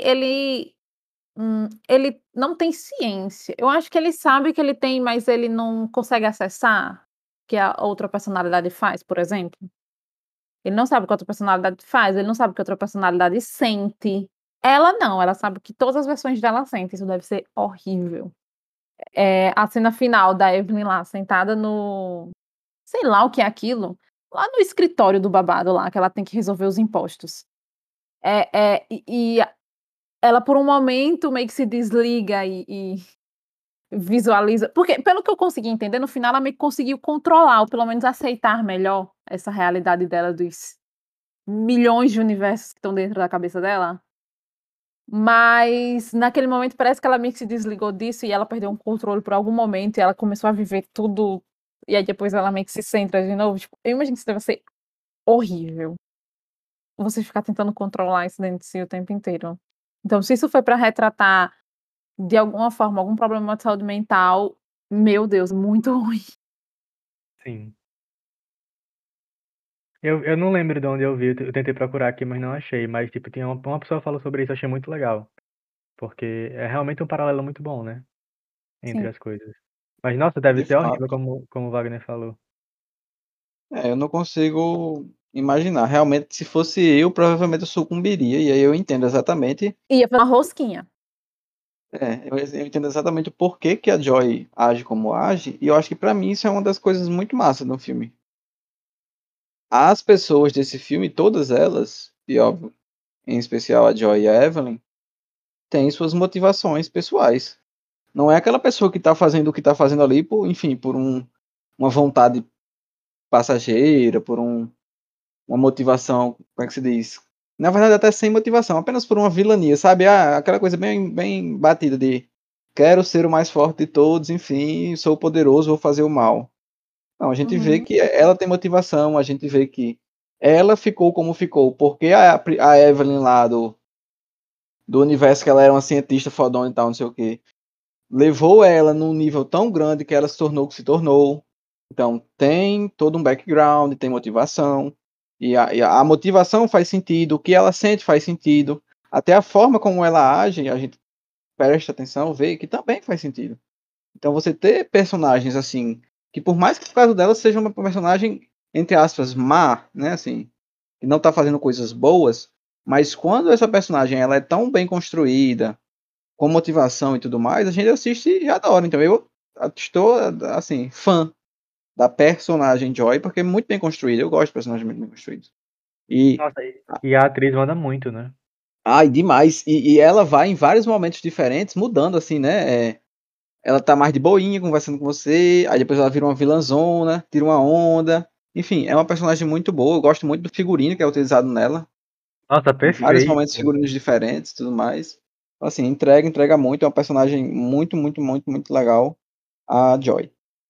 ele não tem ciência. Eu acho que ele sabe que ele tem, mas ele não consegue acessar, que a outra personalidade faz, por exemplo. Ele não sabe o que a outra personalidade faz, ele não sabe o que a outra personalidade sente. Ela não, ela sabe o que todas as versões dela sentem, isso deve ser horrível. A cena final da Evelyn lá sentada no sei lá o que é aquilo, lá no escritório do babado lá, que ela tem que resolver os impostos. E ela por um momento meio que se desliga e visualiza porque pelo que eu consegui entender, no final ela meio que conseguiu controlar ou pelo menos aceitar melhor essa realidade dela dos milhões de universos que estão dentro da cabeça dela. Mas naquele momento parece que ela meio que se desligou disso e ela perdeu um controle por algum momento e ela começou a viver tudo, e aí depois ela meio que se centra de novo, tipo, eu imagino que isso deve ser horrível, você ficar tentando controlar isso dentro de si o tempo inteiro. Então se isso foi pra retratar, de alguma forma, algum problema de saúde mental, meu Deus, muito ruim. Sim. Eu não lembro de onde eu vi, eu tentei procurar aqui, mas não achei. Mas, tipo, tinha uma pessoa falou sobre isso, eu achei muito legal. Porque é realmente um paralelo muito bom, né? Entre Sim. as coisas. Mas, nossa, deve De ser horrível, fato. como o Wagner falou. Eu não consigo imaginar. Realmente, se fosse eu, provavelmente eu sucumbiria. E aí eu entendo exatamente. Ia fazer uma rosquinha. Eu entendo exatamente o porquê que a Joy age como age. E eu acho que pra mim isso é uma das coisas muito massas no filme. As pessoas desse filme, todas elas, e óbvio, em especial a Joy e a Evelyn, têm suas motivações pessoais. Não é aquela pessoa que tá fazendo o que tá fazendo ali por, enfim, por uma vontade passageira, por uma motivação, como é que se diz? Na verdade, até sem motivação, apenas por uma vilania, sabe? Aquela coisa bem, bem batida de quero ser o mais forte de todos, enfim, sou poderoso, vou fazer o mal. Não, a gente vê Uhum. que ela tem motivação, a gente vê que ela ficou como ficou, porque a Evelyn lá do universo que ela era uma cientista fodona e tal, não sei o que, levou ela num nível tão grande que ela se tornou o que se tornou. Então, tem todo um background, tem motivação. E a motivação faz sentido, o que ela sente faz sentido. Até a forma como ela age, a gente presta atenção, vê que também faz sentido. Então, você ter personagens assim, que por mais que o caso dela seja uma personagem, entre aspas, má, né, assim, que não tá fazendo coisas boas, mas quando essa personagem ela é tão bem construída, com motivação e tudo mais, a gente assiste e adora. Então eu estou, assim, fã da personagem Joy, porque é muito bem construída. Eu gosto de personagens muito bem construídos. E, Nossa, e a atriz manda muito, né? ai, demais. E ela vai em vários momentos diferentes, mudando, assim, né? Ela tá mais de boinha, conversando com você, aí depois ela vira uma vilãzona, tira uma onda. Enfim, é uma personagem muito boa. Eu gosto muito do figurino que é utilizado nela. Nossa, Em vários perfeito. momentos, figurinos diferentes e tudo mais. Então, assim, entrega muito. É uma personagem muito, muito, muito, muito legal. A Joy.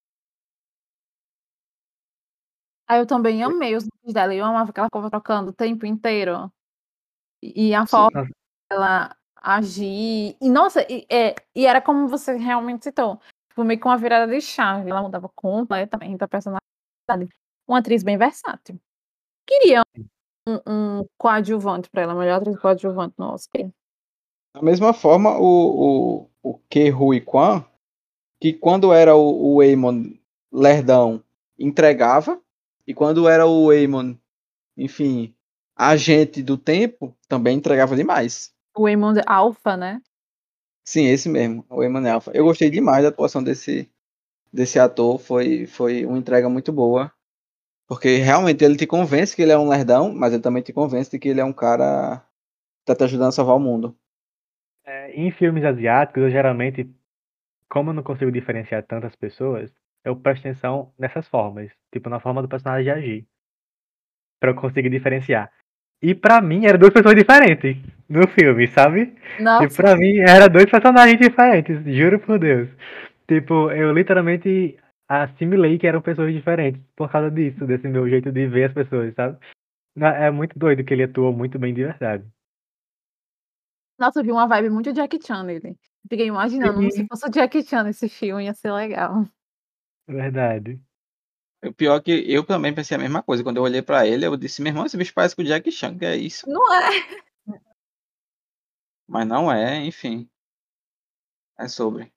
Aí eu também amei os looks dela. Eu amava que ela ficava trocando o tempo inteiro. E a forma Sim. dela agir. E, nossa, e era como você realmente citou. Tipo, meio que uma virada de chave. Ela mudava completamente a personalidade. Uma atriz bem versátil. Queria um coadjuvante pra ela, melhor atriz coadjuvante no Oscar. Da mesma forma, o Ke Huy Quan, que quando era o Eamon lerdão, entregava, e quando era o Eamon, enfim, agente do tempo, também entregava demais. O Eamon Alpha, né? Sim, esse mesmo, o Eamon Alpha. Eu gostei demais da atuação desse ator, foi uma entrega muito boa, porque realmente ele te convence que ele é um lerdão, mas ele também te convence de que ele é um cara que tá te ajudando a salvar o mundo. Em filmes asiáticos, eu geralmente, como eu não consigo diferenciar tantas pessoas, eu presto atenção nessas formas. Tipo, na forma do personagem de agir. Pra eu conseguir diferenciar. E pra mim, eram duas pessoas diferentes no filme, sabe? Tipo, Nossa, pra mim, eram dois personagens diferentes, juro por Deus. Tipo, eu literalmente assimilei que eram pessoas diferentes por causa disso, desse meu jeito de ver as pessoas, sabe? É muito doido que ele atuou muito bem de verdade. nossa, eu vi uma vibe muito Jackie Chan nele. Fiquei imaginando, se Sim, fosse o Jackie Chan nesse filme, ia ser legal. verdade. O pior é que eu também pensei a mesma coisa. Quando eu olhei pra ele, eu disse, meu irmão, esse bicho parece com o Jack Chan, que é isso? Não é? Mas não é, enfim. É sobre.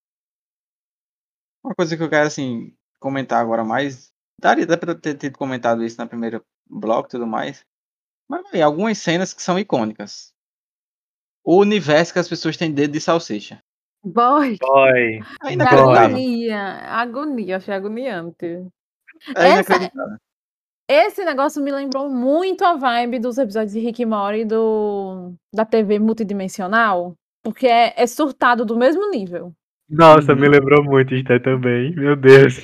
Uma coisa que eu quero, assim, comentar agora mais. Daria até pra eu ter tido comentado isso na primeira bloco e tudo mais. Mas tem algumas cenas que são icônicas. O universo que as pessoas têm dedo de salsicha. Boy, Boy, É que inacreditável. boy. agonia, achei agoniante. É Essa, inacreditável. esse negócio me lembrou muito a vibe dos episódios de Rick e Morty da TV multidimensional, porque é surtado do mesmo nível. Nossa, me Uhum. lembrou muito isso também, meu Deus.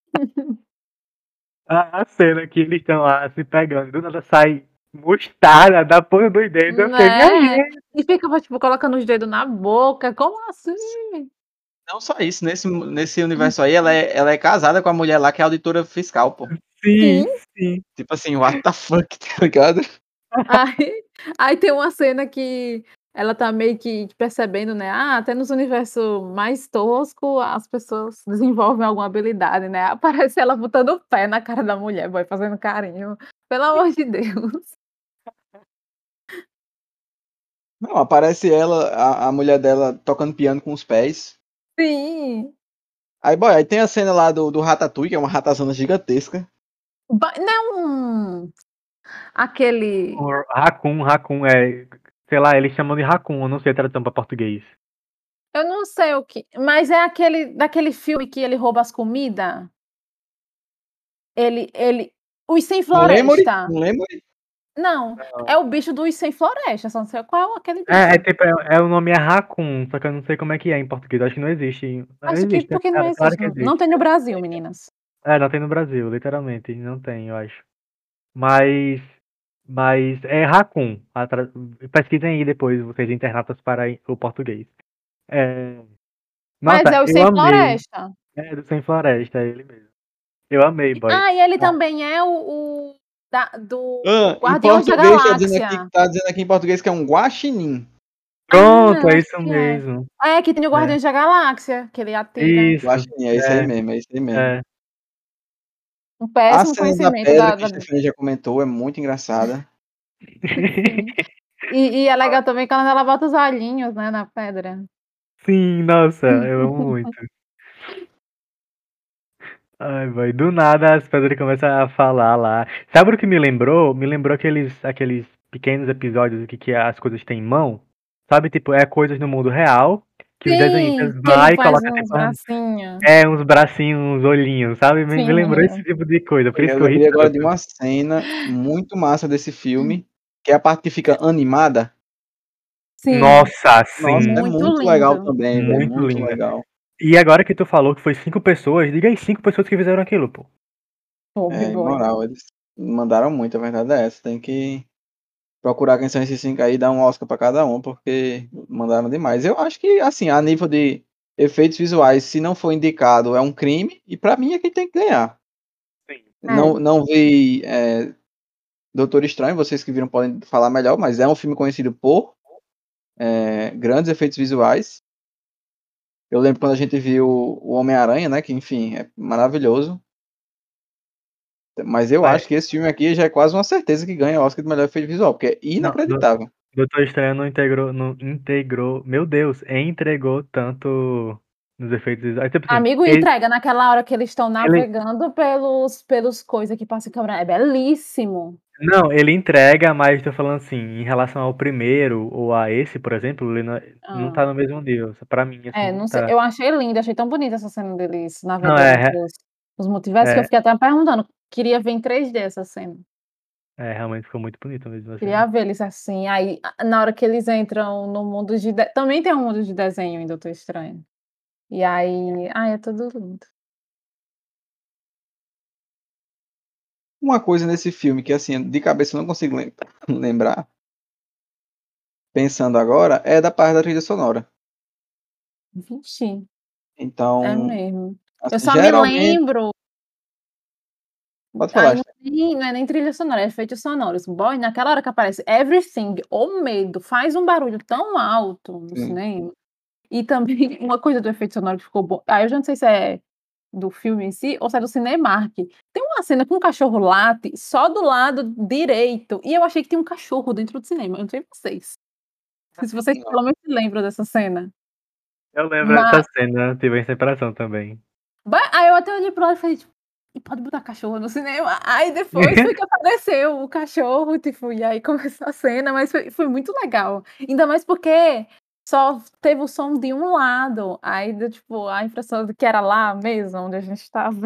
A cena que eles estão lá se pegando, do nada sai mostarda da ponta dos dedos, eu fiquei, minha Né? gente. E ficava, tipo, colocando os dedos na boca. Como assim? Não só isso, nesse universo aí, ela é casada com a mulher lá que é auditora fiscal, pô. Sim. Sim, sim. Tipo assim, what the fuck, tá ligado? Aí tem uma cena que ela tá meio que percebendo, né? Ah, até nos universos mais toscos as pessoas desenvolvem alguma habilidade, né? Aparece ela botando o pé na cara da mulher, boy, fazendo carinho. Pelo amor de Deus. Não, aparece ela, a mulher dela tocando piano com os pés. Sim. Aí, boy, aí tem a cena lá do Ratatouille, que é uma ratazana gigantesca. Não é um. Aquele. Raccoon, sei lá, eles chamam de Raccoon, eu não sei a tradução pra português. Eu não sei o que. Mas é aquele daquele filme que ele rouba as comidas. Ele. Os Sem Um Lemuri? Floresta. Um Lemuri? Não, é o bicho dos Sem Floresta. Só não sei qual é aquele bicho. Tipo, o nome é Raccoon, só que eu não sei como é que é em português. Acho que não existe. Acho que Existe, né? porque não Claro existe. que Não existe. tem no Brasil, meninas. Não tem no Brasil, literalmente. Não tem, eu acho. Mas é Raccoon. Pesquisem aí depois, vocês internautas, para o português. Mas Nossa, é o eu Sem amei. Floresta. É do Sem Floresta, é ele mesmo. Eu amei, boy. Ah, e ele Ah, também é do Em Guardiões da português, Galáxia. tá dizendo aqui em português que é um guaxinim. Pronto, Ah, é acho isso que é. mesmo. É, que tem o É. Guardiões da Galáxia, que ele atira. Isso. Guaxinim, é isso aí É, mesmo, é isso aí mesmo. é. Um A péssimo cena da conhecimento pedra da, que Stephanie já comentou é muito engraçada. Sim. E é legal também quando ela bota os olhinhos, né, na pedra. Sim, nossa, eu amo muito. Ai, vai. Do nada as pedras começam a falar lá. Sabe o que me lembrou? Me lembrou aqueles pequenos episódios que as coisas têm mão. Sabe, tipo, é coisas no mundo real que os desenhistas Sim, que ele vai e faz coloca uns tipo bracinhos. uns bracinhos, uns olhinhos, sabe? Me lembrou esse Sim, tipo de coisa, por isso Eu que eu ri lembrei agora de tanto. uma cena muito massa desse filme, que é a parte que fica animada. sim. Nossa, Nossa, é sim, Muito muito legal lindo. também, velho, muito muito linda. legal. E agora que tu falou que foi 5 pessoas, diga aí 5 pessoas que fizeram aquilo, pô. Bob É, Boy. imoral, eles mandaram muito, a verdade é essa. Tem que procurar quem são esses 5 aí e dar um Oscar pra cada um, porque mandaram demais. Eu acho que, assim, a nível de efeitos visuais, se não for indicado, é um crime, e pra mim é quem tem que ganhar. Sim. É. Não vi Doutor Estranho, vocês que viram podem falar melhor, mas é um filme conhecido por grandes efeitos visuais. Eu lembro quando a gente viu o Homem-Aranha, né? Que, enfim, é maravilhoso. Mas eu Mas, acho que esse filme aqui já é quase uma certeza que ganha o Oscar de melhor efeito visual, porque é não, inacreditável. Doutor Estranho não integrou, meu Deus, entregou tanto nos efeitos visuais. Tipo assim, Amigo, entrega naquela hora que eles estão ele, navegando pelos coisas que passam em câmera. É belíssimo. não, ele entrega, mas tô falando assim, em relação ao primeiro ou a esse, por exemplo, ele não Ah, tá no mesmo nível. Pra mim, assim, não não sei. tá. Eu achei lindo, achei tão bonita essa cena deles Não, navegando pelos multiversos que eu é, fiquei até perguntando. Queria ver em 3D essa cena. realmente ficou muito bonito mesmo a Queria cena. ver eles assim. Aí, na hora que eles entram no mundo também tem um mundo de desenho em Doutor Estranho. E aí, ai, é tudo lindo. Uma coisa nesse filme que, assim, de cabeça eu não consigo lembrar, pensando agora, é da parte da trilha sonora. Vixe, é Então, mesmo. Eu assim, só me geralmente. lembro. Pode falar, Aí Steph. não é nem trilha sonora, é efeitos sonoros. Boy, naquela hora que aparece Everything, o medo, faz um barulho tão alto no Sim. cinema. E também uma coisa do efeito sonoro que ficou bom. Ah, eu já não sei se é do filme em si ou se é do Cinemark. Tem uma cena que um cachorro late só do lado direito. E eu achei que tinha um cachorro dentro do cinema. Eu não sei vocês. Se vocês Não. pelo menos se lembram dessa cena. Eu lembro Mas, dessa cena, tive essa impressão também. aí eu até olhei pro lado e falei, tipo, e pode botar cachorro no cinema? Aí depois foi que apareceu o cachorro, tipo, e aí começou a cena, mas foi muito legal. Ainda mais porque só teve o som de um lado, aí deu, tipo, a impressão de que era lá mesmo, onde a gente estava.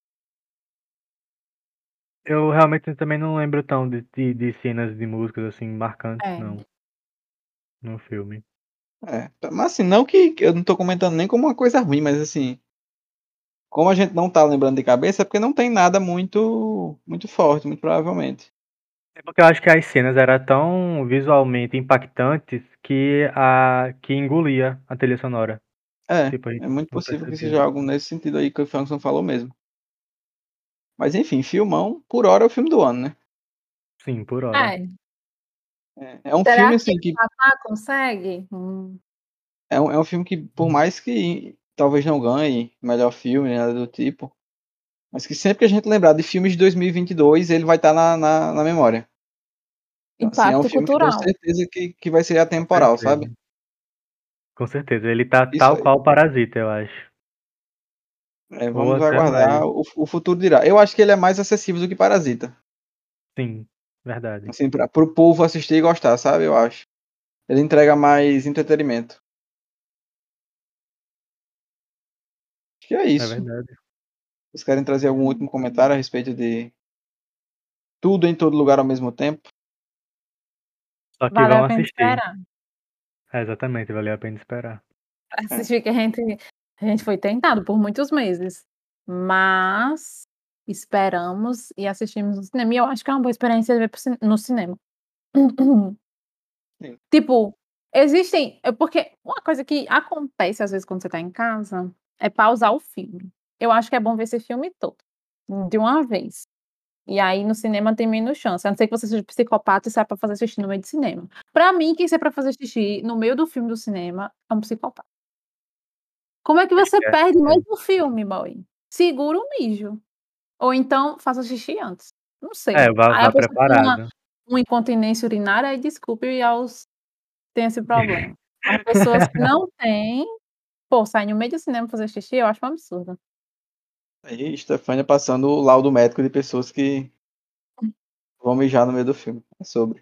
Eu realmente também não lembro tão de cenas de músicas assim marcantes, É. não, no filme. Mas assim, não que eu não tô comentando nem como uma coisa ruim, mas assim, como a gente não tá lembrando de cabeça, é porque não tem nada muito forte, muito provavelmente. É porque eu acho que as cenas eram tão visualmente impactantes que engolia a trilha sonora. Tipo, a gente É muito não possível que percebia. seja algo nesse sentido aí que o Ferguson falou mesmo. Mas enfim, filmão, por hora é o filme do ano, né? Sim, por hora. É. É um Será filme que assim que Tatá consegue? é um filme que por mais que talvez não ganhe melhor filme, nada do tipo, mas que sempre que a gente lembrar de filmes de 2022, ele vai estar na memória. Então, assim, é um Impacto filme que eu tenho cultural. certeza que vai ser Com atemporal, certeza. sabe? Com certeza. Ele tá Isso tal aí. qual Parasita, eu acho. Ou Vamos até mais. aguardar, o futuro dirá. Eu acho que ele é mais acessível do que Parasita. Sim, verdade. Assim, pro povo assistir e gostar, sabe? Eu acho. Ele entrega mais entretenimento. Acho que é É isso. verdade. Vocês querem trazer algum último comentário a respeito de tudo em todo lugar ao mesmo tempo? Só que Valeu vão a pena assistir. esperar. Exatamente, valeu a pena esperar. Pra É. assistir que a gente foi tentado por muitos meses, mas esperamos e assistimos no cinema, e eu acho que é uma boa experiência ver no cinema. Sim. Tipo, porque uma coisa que acontece às vezes quando você tá em casa, é pausar o filme. Eu acho que é bom ver esse filme todo, de uma vez. E aí no cinema tem menos chance, a não ser que você seja psicopata e saia pra fazer xixi no meio do cinema. Pra mim, quem sai pra fazer xixi no meio do filme do cinema é um psicopata. Como é que você É, perde é. mais um filme, boy? Segura o mijo, ou então faça xixi antes, não sei. Aí Vá a pessoa tem uma preparado. incontinência urinária, aí desculpe aos que têm esse problema. Mas pessoas que não têm, pô, sair no meio do cinema fazer xixi, eu acho um absurdo. Aí, Stefania passando o laudo médico de pessoas que vão mijar no meio do filme. É sobre.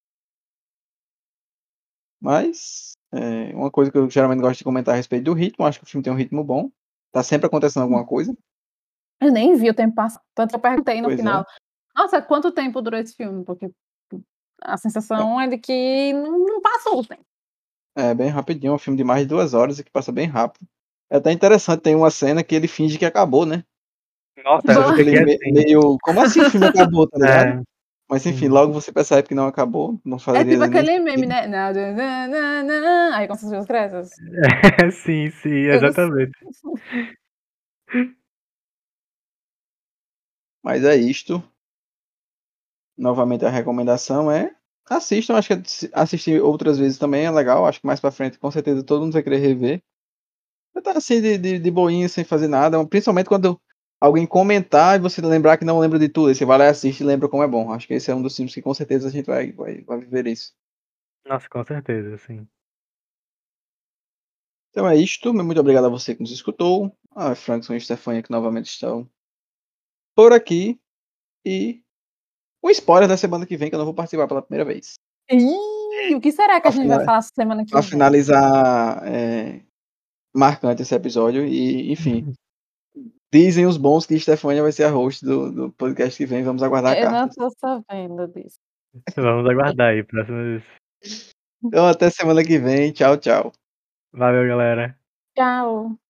Mas, uma coisa que eu geralmente gosto de comentar a respeito do ritmo, acho que o filme tem um ritmo bom. Tá sempre acontecendo alguma coisa. Eu nem vi o tempo passar, tanto que eu perguntei no Pois é. final: "Nossa, quanto tempo durou esse filme?", porque a sensação é de que não passou o tempo. É bem rapidinho, é um filme de mais de 2 horas e que passa bem rápido. É até interessante, tem uma cena que ele finge que acabou, né. Nossa, Você eu fica Boa. ali fiquei assim. meio: "Como assim o filme acabou?", tá ligado? É, Mas enfim, sim. logo você percebe que não acabou, não É faria tipo nem aquele meme, sentido. né, na na na na na, aí começa as créditos. Sim, sim, Eu não sei. exatamente. Mas é isto. Novamente a recomendação é: assistam, acho que assistir outras vezes também é legal, acho que mais pra frente com certeza todo mundo vai querer rever. Você tá assim de boinha, sem fazer nada, principalmente quando alguém comentar e você lembrar que não lembra de tudo, aí você vai lá e assiste e lembra como é bom. Acho que esse é um dos filmes que com certeza a gente vai viver isso. Nossa, com certeza, sim. Então é isto, muito obrigado a você que nos escutou, a Frankson e Stefania que novamente estão por aqui, e um spoiler da semana que vem que eu não vou participar pela primeira vez. Ih, o que será que a Pra gente vai fina falar semana pra que vem? finalizar, marcante esse episódio e, enfim, dizem os bons que Stefania vai ser a host do podcast que vem, vamos aguardar Eu não cartas. tô sabendo disso. Vamos aguardar aí, próximas. Então até semana que vem, tchau, tchau. Valeu, galera. Tchau.